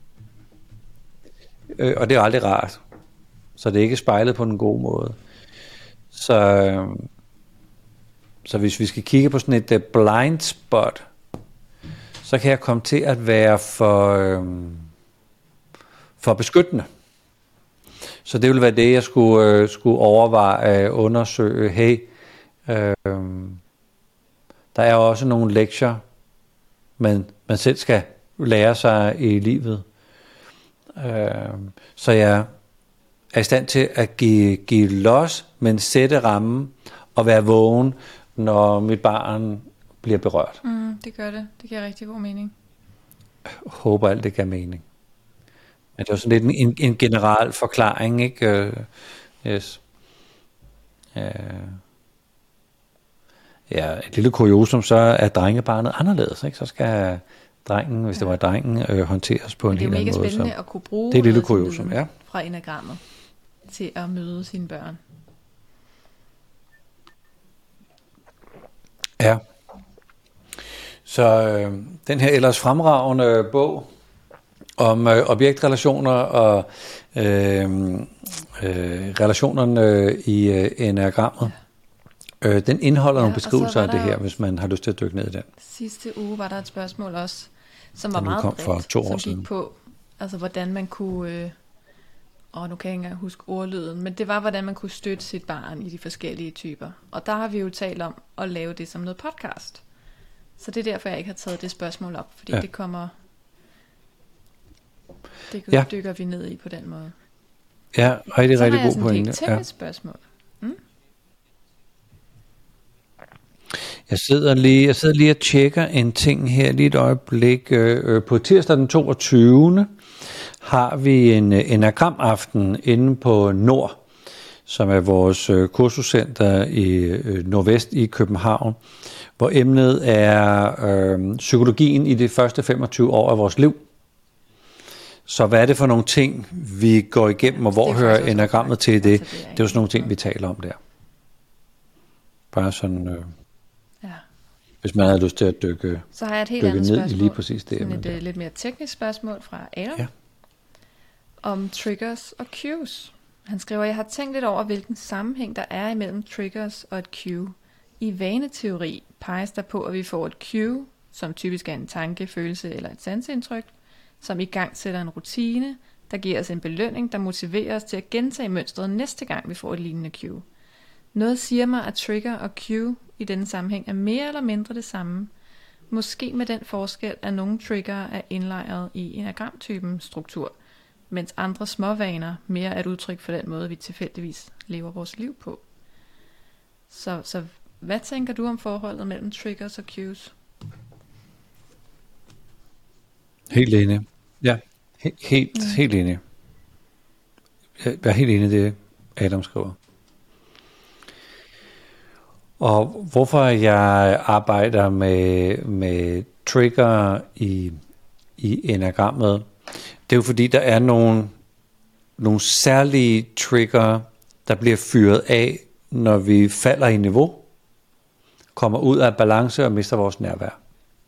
Øh, og det er aldrig rart. Så det er ikke spejlet på en god måde. Så, øh, så hvis vi skal kigge på sådan et uh, blind spot, så kan jeg komme til at være for, øh, for beskyttende. Så det vil være det, jeg skulle, øh, skulle overveje at undersøge. Hey, øh, der er også nogle lektier, man, man selv skal lære sig i livet. Øh, så jeg er i stand til at give, give los, men sætte rammen og være vågen, når mit barn bliver berørt. Mm, det gør det. Det giver rigtig god mening. Jeg håber alt det giver mening. Men det er jo sådan lidt en, en generel forklaring, ikke? Uh, yes. Uh, ja, et lille kuriosum, så er drengebarnet anderledes, ikke? Så skal drengen, hvis ja. det var drengen, øh, håndteres på en helt anden måde. Det er jo mega spændende at kunne bruge det er et lille kuriosum, ja. Fra enagrammet til at møde sine børn. Ja. Så øh, den her ellers fremragende bog, om øh, objektrelationer og øh, øh, relationerne i øh, enagrammet. Ja. Øh, den indeholder ja, nogle beskrivelser af det her, hvis man har lyst til at dykke ned i den. Sidste uge var der et spørgsmål også, som var meget bredt, for to år som siden. Gik på, altså hvordan man kunne, øh, åh, nu kan jeg ikke engang huske ordlyden, men det var, hvordan man kunne støtte sit barn i de forskellige typer. Og der har vi jo talt om at lave det som noget podcast. Så det er derfor, jeg ikke har taget det spørgsmål op, fordi ja. det kommer, det ja. dykker vi ned i på den måde. Ja, rigtig, så rigtig god pointe. Så har jeg sådan et helt teknisk spørgsmål. Mm? Jeg sidder lige, jeg sidder lige og tjekker en ting her lige et øjeblik. Øh, på tirsdag den toogtyvende har vi en enagramaften inde på Nord, som er vores kursuscenter i øh, Nordvest i København, hvor emnet er øh, psykologien i de første femogtyve år af vores liv. Så hvad er det for nogle ting, vi går igennem, og hvor hører enagrammet til det? Det er jo sådan nogle ting, vi taler om der. Bare sådan... Øh, ja. Hvis man havde lyst til at dykke, så har jeg et helt dykke andet ned spørgsmål, i lige præcis det. et uh, lidt mere teknisk spørgsmål fra Adam, ja. om triggers og cues. Han skriver, jeg har tænkt lidt over, hvilken sammenhæng der er imellem triggers og et cue. I vaneteori peges der på, at vi får et cue, som typisk er en tanke, følelse eller et sanseindtryk, som i gang sætter en rutine, der giver os en belønning, der motiverer os til at gentage mønstret næste gang, vi får et lignende cue. Noget siger mig, at trigger og cue i denne sammenhæng er mere eller mindre det samme. Måske med den forskel, at nogle trigger er indlejret i enagramtypens struktur, mens andre småvaner mere er et udtryk for den måde, vi tilfældigvis lever vores liv på. Så, så hvad tænker du om forholdet mellem triggers og cues? Helt enig. Ja, helt, helt, mm. helt enig. Jeg er helt enig i det, Adam skriver. Og hvorfor jeg arbejder med, med trigger i, i enagrammet, det er jo fordi, der er nogle, nogle særlige trigger, der bliver fyret af, når vi falder i niveau, kommer ud af balance og mister vores nærvær.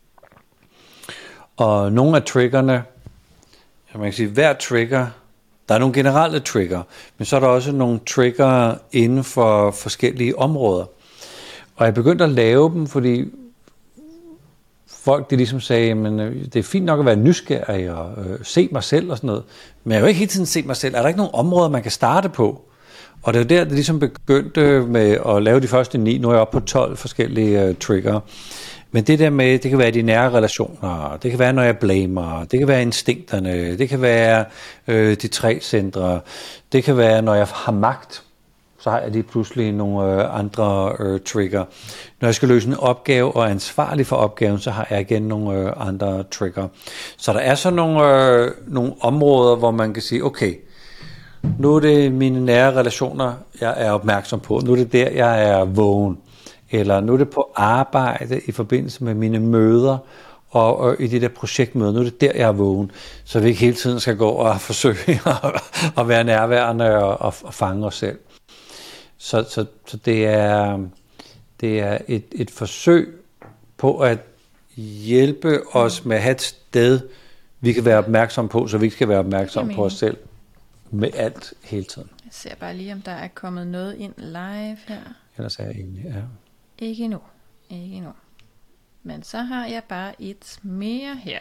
Og nogle af triggerne, man kan sige, hver trigger, der er nogle generelle trigger, men så er der også nogle trigger inden for forskellige områder. Og jeg begyndte at lave dem, fordi folk de ligesom sagde, men det er fint nok at være nysgerrig og øh, se mig selv og sådan noget, men jeg har jo ikke hele tiden set mig selv. Er der ikke nogen områder, man kan starte på? Og det er der, det ligesom begyndte med at lave de første ni. Nu er jeg oppe på tolv forskellige øh, trigger. Men det der med, det kan være de nære relationer, det kan være, når jeg blamer, det kan være instinkterne, det kan være øh, de tre centre, det kan være, når jeg har magt, så har jeg lige pludselig nogle øh, andre øh, trigger. Når jeg skal løse en opgave og er ansvarlig for opgaven, så har jeg igen nogle øh, andre trigger. Så der er så nogle, øh, nogle områder, hvor man kan sige, okay, nu er det mine nære relationer, jeg er opmærksom på. Nu er det der, jeg er vågen. Eller nu er det på arbejde i forbindelse med mine møder og, og i de der projektmøder. Nu er det der, jeg er vågen. Så vi ikke hele tiden skal gå og forsøge at, at være nærværende og, og, og fange os selv. Så, så, så det er, det er et, et forsøg på at hjælpe os med at have et sted, vi kan være opmærksom på, så vi ikke skal være opmærksom på os selv med alt hele tiden. Jeg ser bare lige, om der er kommet noget ind live her. Ellers er jeg egentlig, ja. Ikke endnu. Ikke endnu. Men så har jeg bare et mere her.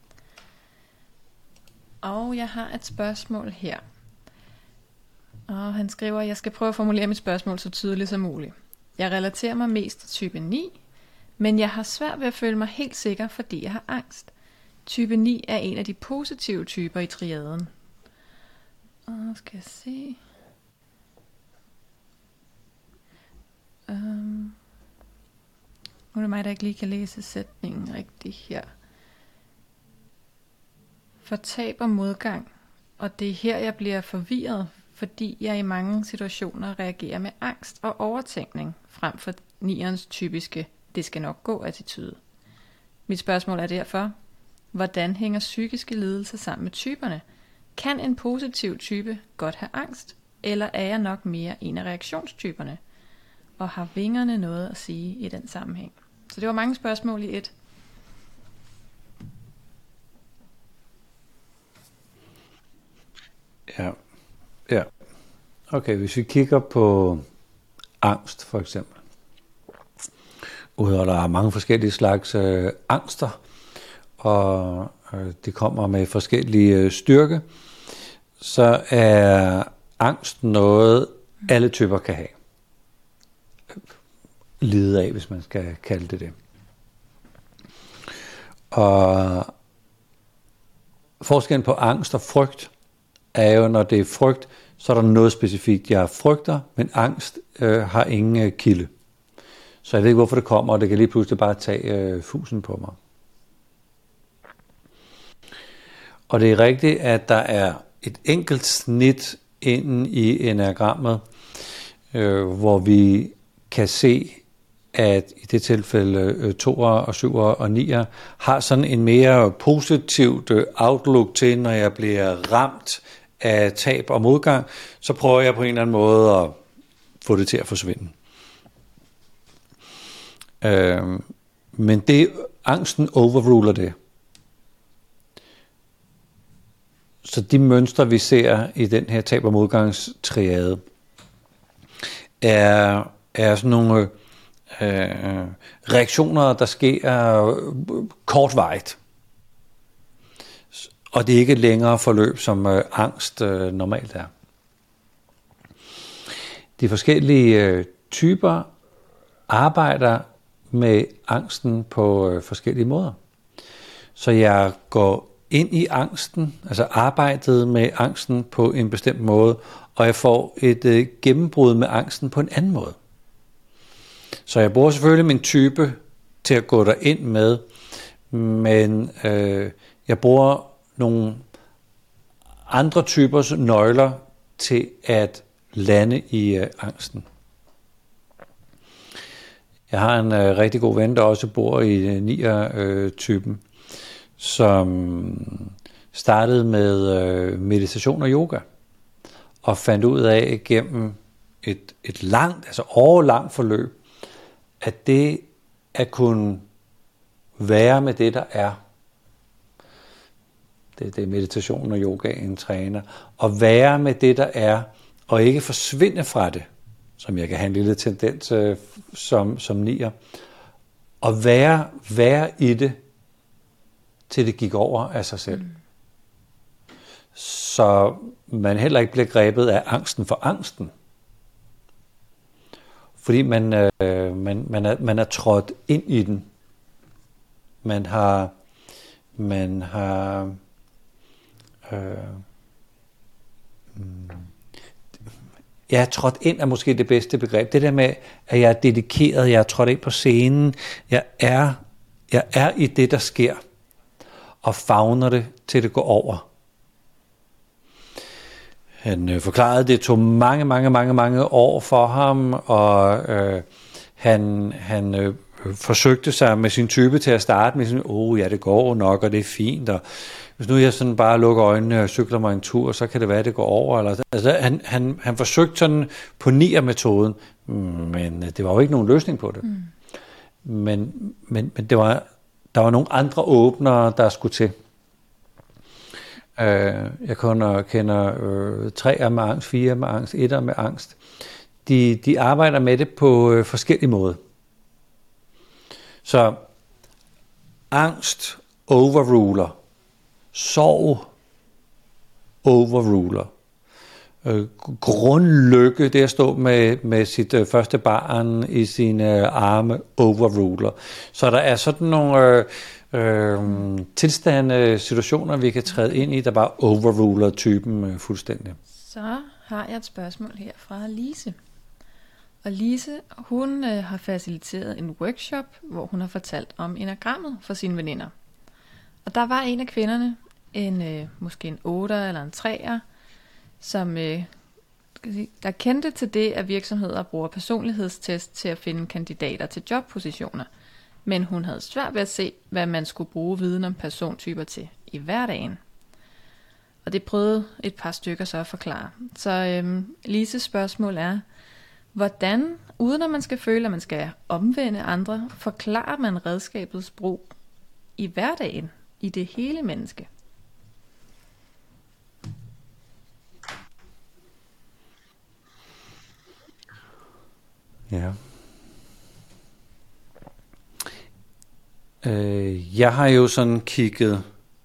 Og jeg har et spørgsmål her. Og han skriver, at jeg skal prøve at formulere mit spørgsmål så tydeligt som muligt. Jeg relaterer mig mest til type ni, men jeg har svært ved at føle mig helt sikker, fordi jeg har angst. Type ni er en af de positive typer i triaden. Og skal jeg se... Um, nu er det mig, der ikke lige kan læse sætningen rigtigt her. For tab og modgang, og det er her, jeg bliver forvirret, fordi jeg i mange situationer reagerer med angst og overtænkning, frem for nierens typiske, det skal nok gå attitude. Mit spørgsmål er derfor, hvordan hænger psykiske lidelser sammen med typerne? Kan en positiv type godt have angst, eller er jeg nok mere en af reaktionstyperne? Og har vingerne noget at sige i den sammenhæng? Så det var mange spørgsmål i et. Ja. Ja. Okay, hvis vi kigger på angst for eksempel. Udover der er mange forskellige slags øh, angster, og øh, det kommer med forskellige øh, styrke, så er angst noget, alle typer kan have. Lide af, hvis man skal kalde det det. Og forskellen på angst og frygt er jo, når det er frygt, så er der noget specifikt, jeg frygter, men angst øh, har ingen øh, kilde. Så jeg ved ikke, hvorfor det kommer, og det kan lige pludselig bare tage øh, fusen på mig. Og det er rigtigt, at der er et enkelt snit inde i enagrammet, øh, hvor vi kan se, at i det tilfælde øh, toer og syver og nier har sådan en mere positivt øh, outlook til, når jeg bliver ramt af tab og modgang, så prøver jeg på en eller anden måde at få det til at forsvinde. Øh, men det, angsten overruler det. Så de mønstre, vi ser i den her tab- og modgangstriade, er, er sådan nogle øh, reaktioner, der sker kortvarigt. Og det er ikke et længere forløb, som øh, angst øh, normalt er. De forskellige øh, typer arbejder med angsten på øh, forskellige måder. Så jeg går ind i angsten, altså arbejdet med angsten på en bestemt måde, og jeg får et øh, gennembrud med angsten på en anden måde. Så jeg bruger selvfølgelig min type til at gå derind med, men øh, jeg bruger nogle andre typers nøgler til at lande i øh, angsten. Jeg har en øh, rigtig god ven, der også bor i øh, nier-typen, øh, som startede med øh, meditation og yoga, og fandt ud af gennem et, et langt, altså årelangt forløb, at det at kunne være med det, der er, det, det er meditation og yoga, en træner, og være med det, der er, og ikke forsvinde fra det, som jeg kan have en lille tendens øh, som, som nier, og være, være i det, til det gik over af sig selv. Mm. Så man heller ikke bliver grebet af angsten for angsten. Fordi man, øh, man, man, er, man er trådt ind i den. Man har, man har øh, jeg er trådt ind er måske det bedste begreb. Det der med, at jeg er dedikeret, jeg er trådt ind på scenen, jeg er, jeg er i det, der sker, og favner det, til det går over. Han øh, forklarede, at det tog mange, mange, mange, mange år for ham, og øh, han, han øh, forsøgte sig med sin type til at starte med sådan, åh oh, ja, det går nok, og det er fint, og hvis nu jeg sådan bare lukker øjnene og cykler mig en tur, så kan det være, at det går over. Eller, altså, han, han, han forsøgte sådan på nier-metoden, men det var jo ikke nogen løsning på det. Mm. Men, men, men det var, der var nogle andre åbnere, der skulle til. Uh, jeg kender, kender uh, treer med angst, fire med angst, etter med angst. De, de arbejder med det på uh, forskellige måder. Så angst overruler. Sorg overruler. Øh, grundlykke, det at stå med, med sit øh, første barn i sine øh, arme, overruler. Så der er sådan nogle øh, øh, tilstande, situationer, vi kan træde ind i, der bare overruler typen øh, fuldstændig. Så har jeg et spørgsmål her fra Lise. Og Lise, hun øh, har faciliteret en workshop, hvor hun har fortalt om enagrammet for sine veninder. Og der var en af kvinderne, en, øh, måske en otter eller en treer, som øh, skal sige, der kendte til det, at virksomheder bruger personlighedstest til at finde kandidater til jobpositioner. Men hun havde svært ved at se, hvad man skulle bruge viden om persontyper til i hverdagen. Og det prøvede et par stykker så at forklare. Så øh, Lises spørgsmål er, hvordan, uden at man skal føle, at man skal omvende andre, forklarer man redskabets brug i hverdagen, i det hele menneske? Ja. Øh, jeg har jo sådan kigget...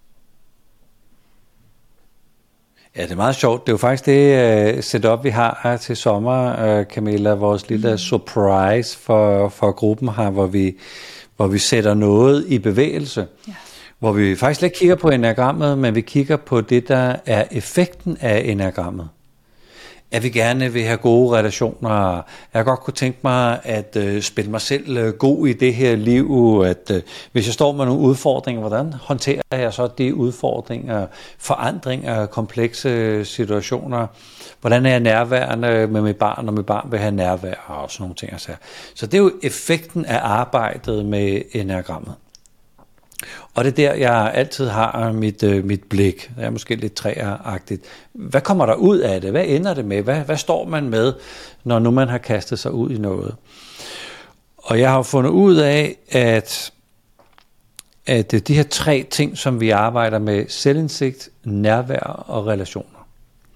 Ja, det er meget sjovt. Det er jo faktisk det uh, setup, vi har uh, til sommer, uh, Camilla. Vores lille mm. surprise for, for gruppen her, hvor vi, hvor vi sætter noget i bevægelse. Ja. Hvor vi faktisk ikke kigger på enagrammet, men vi kigger på det, der er effekten af enagrammet. At vi gerne vil have gode relationer. Jeg godt kunne tænke mig at øh, spille mig selv øh, god i det her liv. At øh, hvis jeg står med nogle udfordringer, hvordan håndterer jeg så de udfordringer, forandringer, komplekse situationer? Hvordan er jeg nærværende med mit barn, og mit barn vil have nærvær og sådan nogle ting. Altså. Så det er jo effekten af arbejdet med enagrammet. Og det er der, jeg altid har mit, øh, mit blik. Det er måske lidt træeragtigt. Hvad kommer der ud af det? Hvad ender det med? Hvad, hvad står man med, når nu man har kastet sig ud i noget? Og jeg har fundet ud af, at, at de her tre ting, som vi arbejder med, selvindsigt, nærvær og relationer.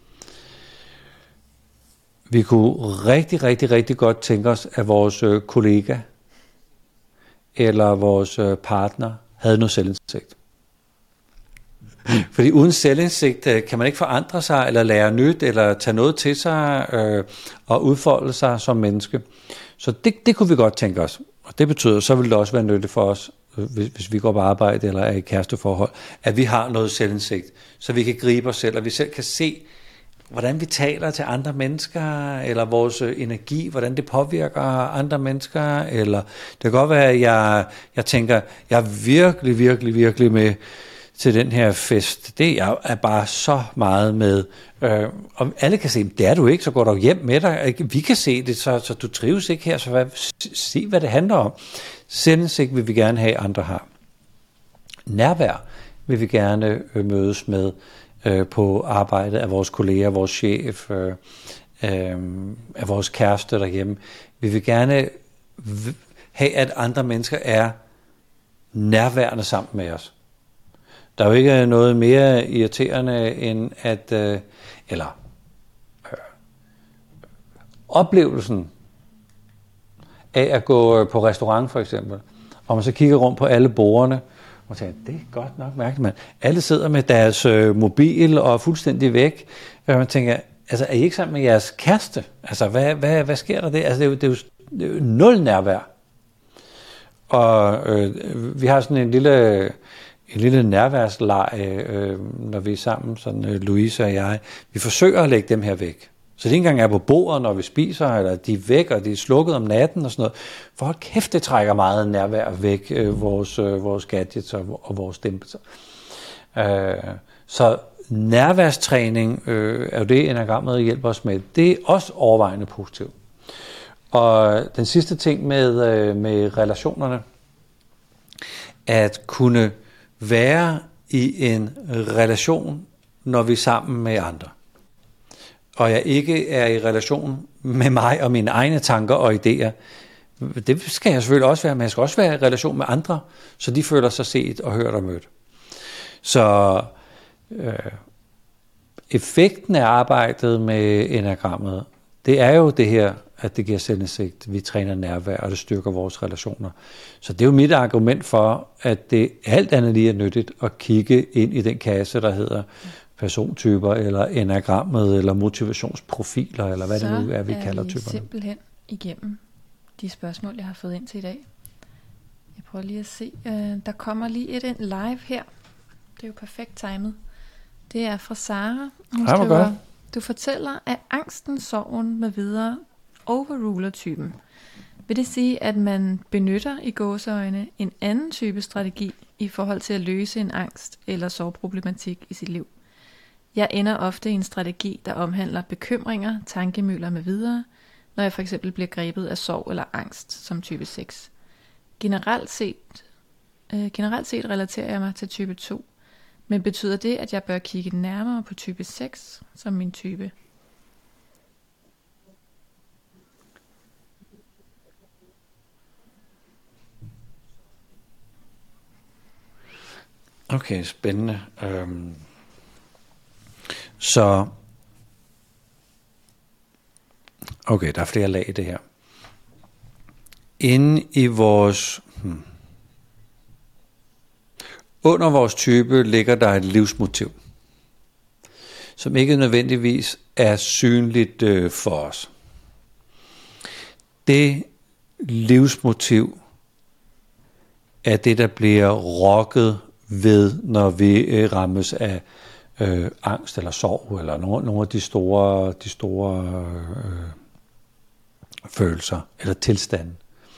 Vi kunne rigtig, rigtig, rigtig godt tænke os, at vores kollega eller vores partner havde noget selvindsigt. Fordi uden selvindsigt kan man ikke forandre sig, eller lære nyt, eller tage noget til sig, øh, og udfolde sig som menneske. Så det, det kunne vi godt tænke os. Og det betyder, så vil det også være nyttigt for os, hvis, hvis vi går på arbejde, eller er i kæresteforhold, at vi har noget selvindsigt, så vi kan gribe os selv, og vi selv kan se, hvordan vi taler til andre mennesker, eller vores energi, hvordan det påvirker andre mennesker, eller det kan godt være, at jeg, jeg tænker, jeg er virkelig, virkelig, virkelig med til den her fest. Det jeg er bare så meget med. Øh, og alle kan se, det er du ikke, så går du hjem med dig. Vi kan se det, så, så du trives ikke her, så hvad, se, hvad det handler om. Selvindsigt vil vi gerne have, andre har. Nærvær vil vi gerne mødes med, på arbejdet af vores kolleger, vores chef, øh, øh, af vores kæreste derhjemme. Vi vil gerne have, at andre mennesker er nærværende sammen med os. Der er jo ikke noget mere irriterende end at, øh, eller øh, oplevelsen af at gå på restaurant for eksempel, og man så kigger rundt på alle bordene, og tænker, det er godt nok mærkeligt, man. Alle sidder med deres øh, mobil og er fuldstændig væk. Og man tænker, altså er I ikke sammen med jeres kæreste? Altså hvad, hvad, hvad sker der der? Altså det er jo, det er jo, det er jo nul nærvær. Og øh, vi har sådan en lille, en lille nærværsleje, øh, når vi er sammen, sådan øh, Louise og jeg. Vi forsøger at lægge dem her væk. Så det ikke engang er på bordet, når vi spiser, eller de er væk, og de er slukket om natten og sådan noget. For hold kæft, det trækker meget nærvær væk, øh, vores, øh, vores gadgets og, og vores dæmpelser. Øh, så nærværstræning øh, er jo det, enagrammet hjælper os med. Det er også overvejende positivt. Og den sidste ting med, øh, med relationerne, at kunne være i en relation, når vi er sammen med andre. Og jeg ikke er i relation med mig og mine egne tanker og idéer. Det skal jeg selvfølgelig også være, men jeg skal også være i relation med andre, så de føler sig set og hørt og mødt. Så øh, effekten af arbejdet med enagrammet, det er jo det her, at det giver selvindsigt, vi træner nærvær, og det styrker vores relationer. Så det er jo mit argument for, at det alt andet lige er nyttigt at kigge ind i den kasse, der hedder persontyper, eller enagrammet, eller motivationsprofiler, eller hvad så det nu er, vi er kalder vi typerne. Simpelthen igennem de spørgsmål, jeg har fået ind til i dag. Jeg prøver lige at se. Uh, der kommer lige et ind live her. Det er jo perfekt timet. Det er fra Sara. Hun Hej, skriver, du fortæller, at angsten, sorgen med videre overruler typen. Vil det sige, at man benytter i gåseøjne en anden type strategi i forhold til at løse en angst eller sorgproblematik i sit liv? Jeg ender ofte i en strategi, der omhandler bekymringer, tankemøller med videre, når jeg for eksempel bliver grebet af sorg eller angst som type seks. Generelt set, øh, generelt set relaterer jeg mig til type to, men betyder det, at jeg bør kigge nærmere på type seks som min type? Okay, spændende. Øhm, så, okay, der er flere lag i det her. inde i vores... Hmm, under vores type ligger der et livsmotiv, som ikke nødvendigvis er synligt øh, for os. Det livsmotiv er det, der bliver rokket ved, når vi øh, rammes af øh, angst eller sorg, eller nogle, nogle af de store, de store øh, følelser eller tilstande.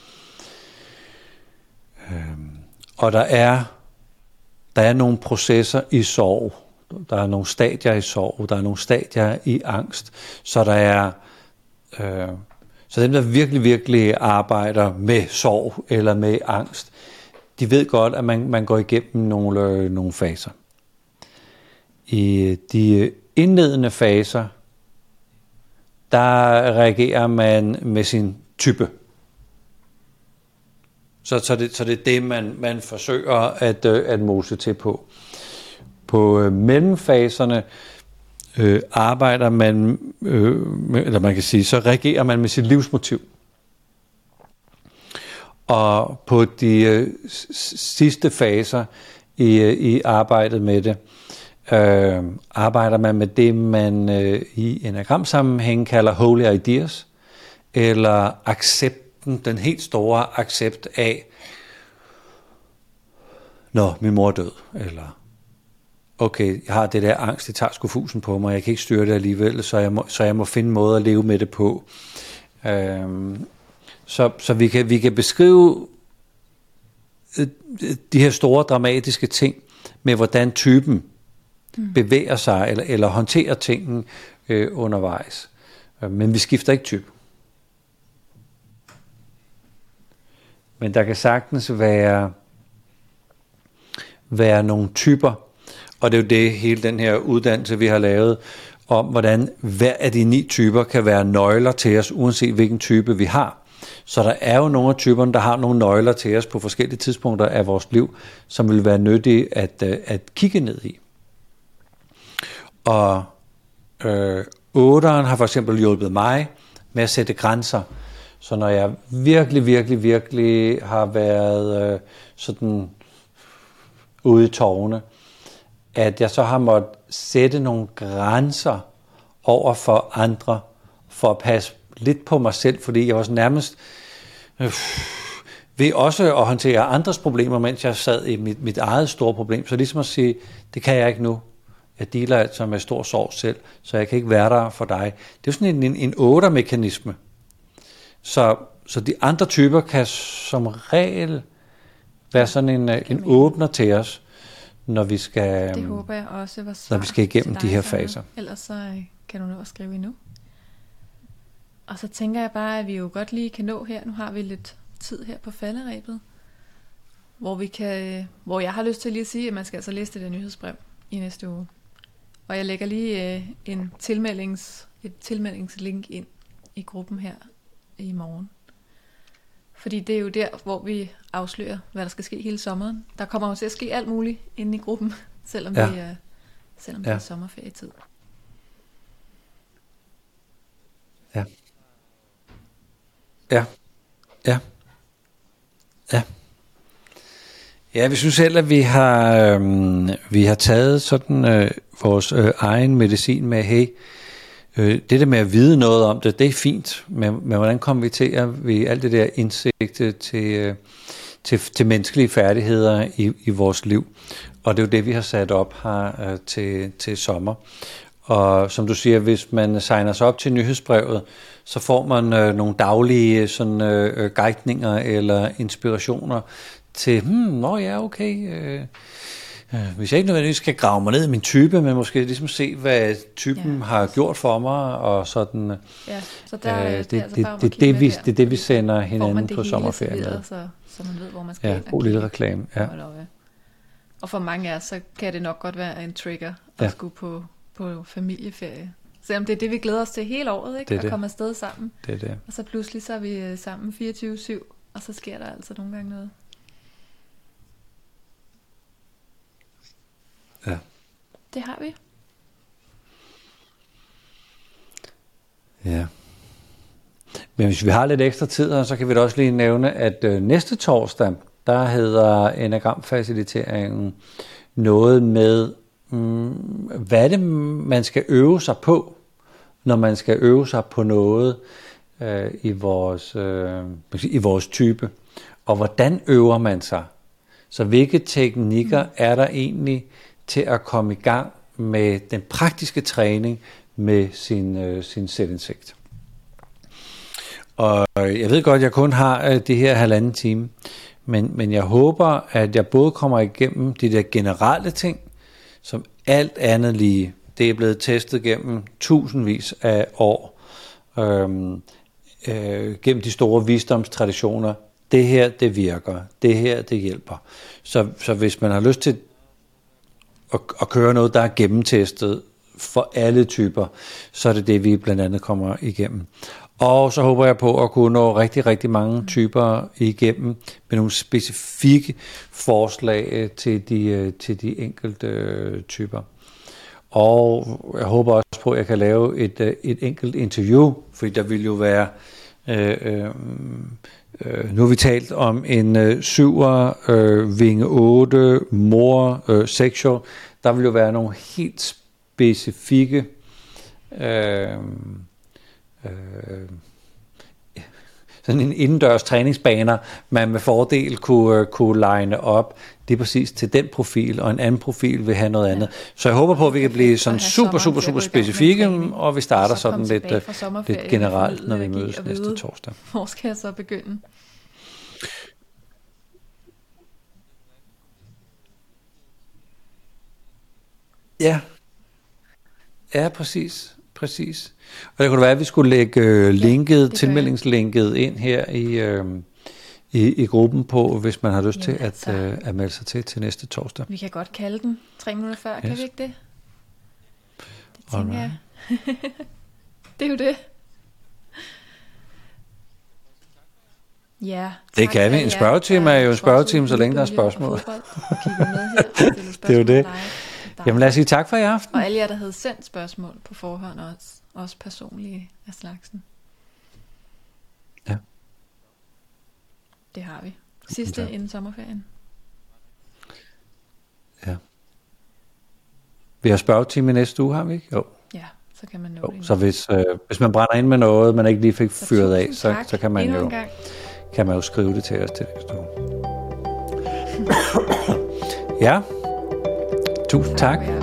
Øh, og der er, der er nogle processer i sorg. Der er nogle stadier i sorg, der er nogle stadier i angst, så der er øh, så dem der virkelig virkelig arbejder med sorg eller med angst, de ved godt, at man man går igennem nogle øh, nogle faser. I de indledende faser, der reagerer man med sin type. Så så det så det er det man man forsøger at øh, at mose til på. På øh, mellemfaserne øh, arbejder man, øh, med, eller man kan sige, så reagerer man med sit livsmotiv. Og på de øh, sidste faser i, øh, i arbejdet med det, øh, arbejder man med det, man øh, i enagramsammenhæng kalder holy ideas, eller accepten, den helt store accept af, når min mor er død, eller okay, jeg har det der angst, det tager sgu fusen på mig, jeg kan ikke styre det alligevel, så jeg må, så jeg må finde en måde at leve med det på. Øhm, så så vi, kan, vi kan beskrive de her store dramatiske ting, med hvordan typen mm. bevæger sig, eller, eller håndterer tingene øh, undervejs. Men vi skifter ikke type. Men der kan sagtens være, være nogle typer, og det er jo det, hele den her uddannelse, vi har lavet, om hvordan hver af de ni typer kan være nøgler til os, uanset hvilken type vi har. Så der er jo nogle af typerne, der har nogle nøgler til os på forskellige tidspunkter af vores liv, som vil være nyttige at, at kigge ned i. Og øh, otteren har for eksempel hjulpet mig med at sætte grænser. Så når jeg virkelig, virkelig, virkelig har været øh, sådan ude i tårne, at jeg så har måttet sætte nogle grænser over for andre, for at passe lidt på mig selv, fordi jeg var så nærmest øh, ved også at håndtere andres problemer, mens jeg sad i mit, mit eget store problem. Så ligesom at sige, det kan jeg ikke nu. Jeg dealer altså med stor sorg selv, så jeg kan ikke være der for dig. Det er jo sådan en, en, en otter-mekanisme. Så, så de andre typer kan som regel være sådan en, en åbner til os, når vi skal, det håber jeg også var svar når vi skal igennem dig, de her Sanna. faser. Ellers så kan du nå at skrive endnu. Og så tænker jeg bare, at vi jo godt lige kan nå her. Nu har vi lidt tid her på falderebet, hvor vi kan, hvor jeg har lyst til lige at sige, at man skal altså læse det der nyhedsbrev i næste uge. Og jeg lægger lige øh, en tilmeldings, et tilmeldingslink ind i gruppen her i morgen. Fordi det er jo der, hvor vi afslører, hvad der skal ske hele sommeren. Der kommer jo til at ske alt muligt inde i gruppen, selvom ja. det er, selvom ja. det er sommerferietid. Ja. Ja. Ja. Ja. Ja, vi synes selv, at vi har, øh, vi har taget sådan øh, vores øh, egen medicin med, hey, øh, det der med at vide noget om det, det er fint, men, men hvordan kommer vi til at vi alt det der indsigt til, øh, til, til menneskelige færdigheder i, i vores liv? Og det er jo det, vi har sat op her øh, til, til sommer. Og som du siger, hvis man signer sig op til nyhedsbrevet, så får man øh, nogle daglige sådan, øh, guidninger eller inspirationer til, hmm, nå ja, okay, øh, øh, hvis jeg ikke nødvendigvis skal grave mig ned i min type, men måske ligesom se, hvad typen ja. har gjort for mig, og sådan, ja, så der, øh, det, det, det, altså det, det, det, vi, det er det, vi sender hinanden på sommerferien med. Så, så man ved, hvor man skal ja, ind og god lille reklame. Ja. Og for mange af os, så kan det nok godt være en trigger at ja. skulle på, på familieferie. Selvom det er det, vi glæder os til hele året, ikke? Det at det. komme afsted sammen. Det er det. Og så pludselig så er vi sammen fireogtyve syv, og så sker der altså nogle gange noget. Ja. Det har vi. Ja. Men hvis vi har lidt ekstra tid, så kan vi da også lige nævne, at øh, næste torsdag, der hedder enagramfaciliteringen noget med, mm, hvad er det, man skal øve sig på, når man skal øve sig på noget øh, i, vores, øh, i vores type. Og hvordan øver man sig? Så hvilke teknikker er der egentlig til at komme i gang med den praktiske træning med sin, øh, sin selvindsigt? Og jeg ved godt, at jeg kun har øh, det her halvanden time, men, men jeg håber, at jeg både kommer igennem de der generelle ting, som alt andet lige, det er blevet testet gennem tusindvis af år, øhm, øh, gennem de store visdomstraditioner. Det her, det virker. Det her, det hjælper. Så, så hvis man har lyst til at, at køre noget, der er gennemtestet for alle typer, så er det det, vi blandt andet kommer igennem. Og så håber jeg på at kunne nå rigtig, rigtig mange typer igennem med nogle specifikke forslag til de, til de enkelte typer. Og jeg håber også på, at jeg kan lave et, et enkelt interview, fordi der vil jo være, øh, øh, nu har vi talt om en øh, syver, øh, vinge otte, mor, øh, sexual. Der vil jo være nogle helt specifikke øh, øh, sådan en indendørs træningsbaner, man med fordel kunne, kunne line op. Det er præcis til den profil, og en anden profil vil have noget andet. Ja. Så jeg håber på, at vi kan blive sådan super, super, super specifikke, og vi starter sådan lidt, lidt generelt, når vi mødes næste torsdag. Hvor skal jeg så begynde? Ja. Ja, præcis. Præcis. Og det kunne være, at vi skulle lægge linket, ja, tilmeldingslinket ind her i, øh, i, i gruppen på, hvis man har lyst Jamen til altså, at, øh, at melde sig til til næste torsdag. Vi kan godt kalde den tre minutter før, yes. Kan vi ikke det? Det tænker jeg. Det er jo det. Ja, det kan vi. En spørgetime er jo en spørgetime, så længe der er spørgsmål. Det er jo det. Jamen lad os sige tak for i aften. Og alle jer, der havde sendt spørgsmål på forhånd, også, også personlige af slagsen. Ja. Det har vi. Sidste ja. Inden sommerferien. Ja. Vi har spørgetime i næste uge, har vi ikke? Jo. Ja, så kan man nå jo, det. Så hvis, øh, hvis man brænder ind med noget, man ikke lige fik så fyret af, så, så kan man jo kan man jo skrive det til os til næste uge. Ja. Tusind tak.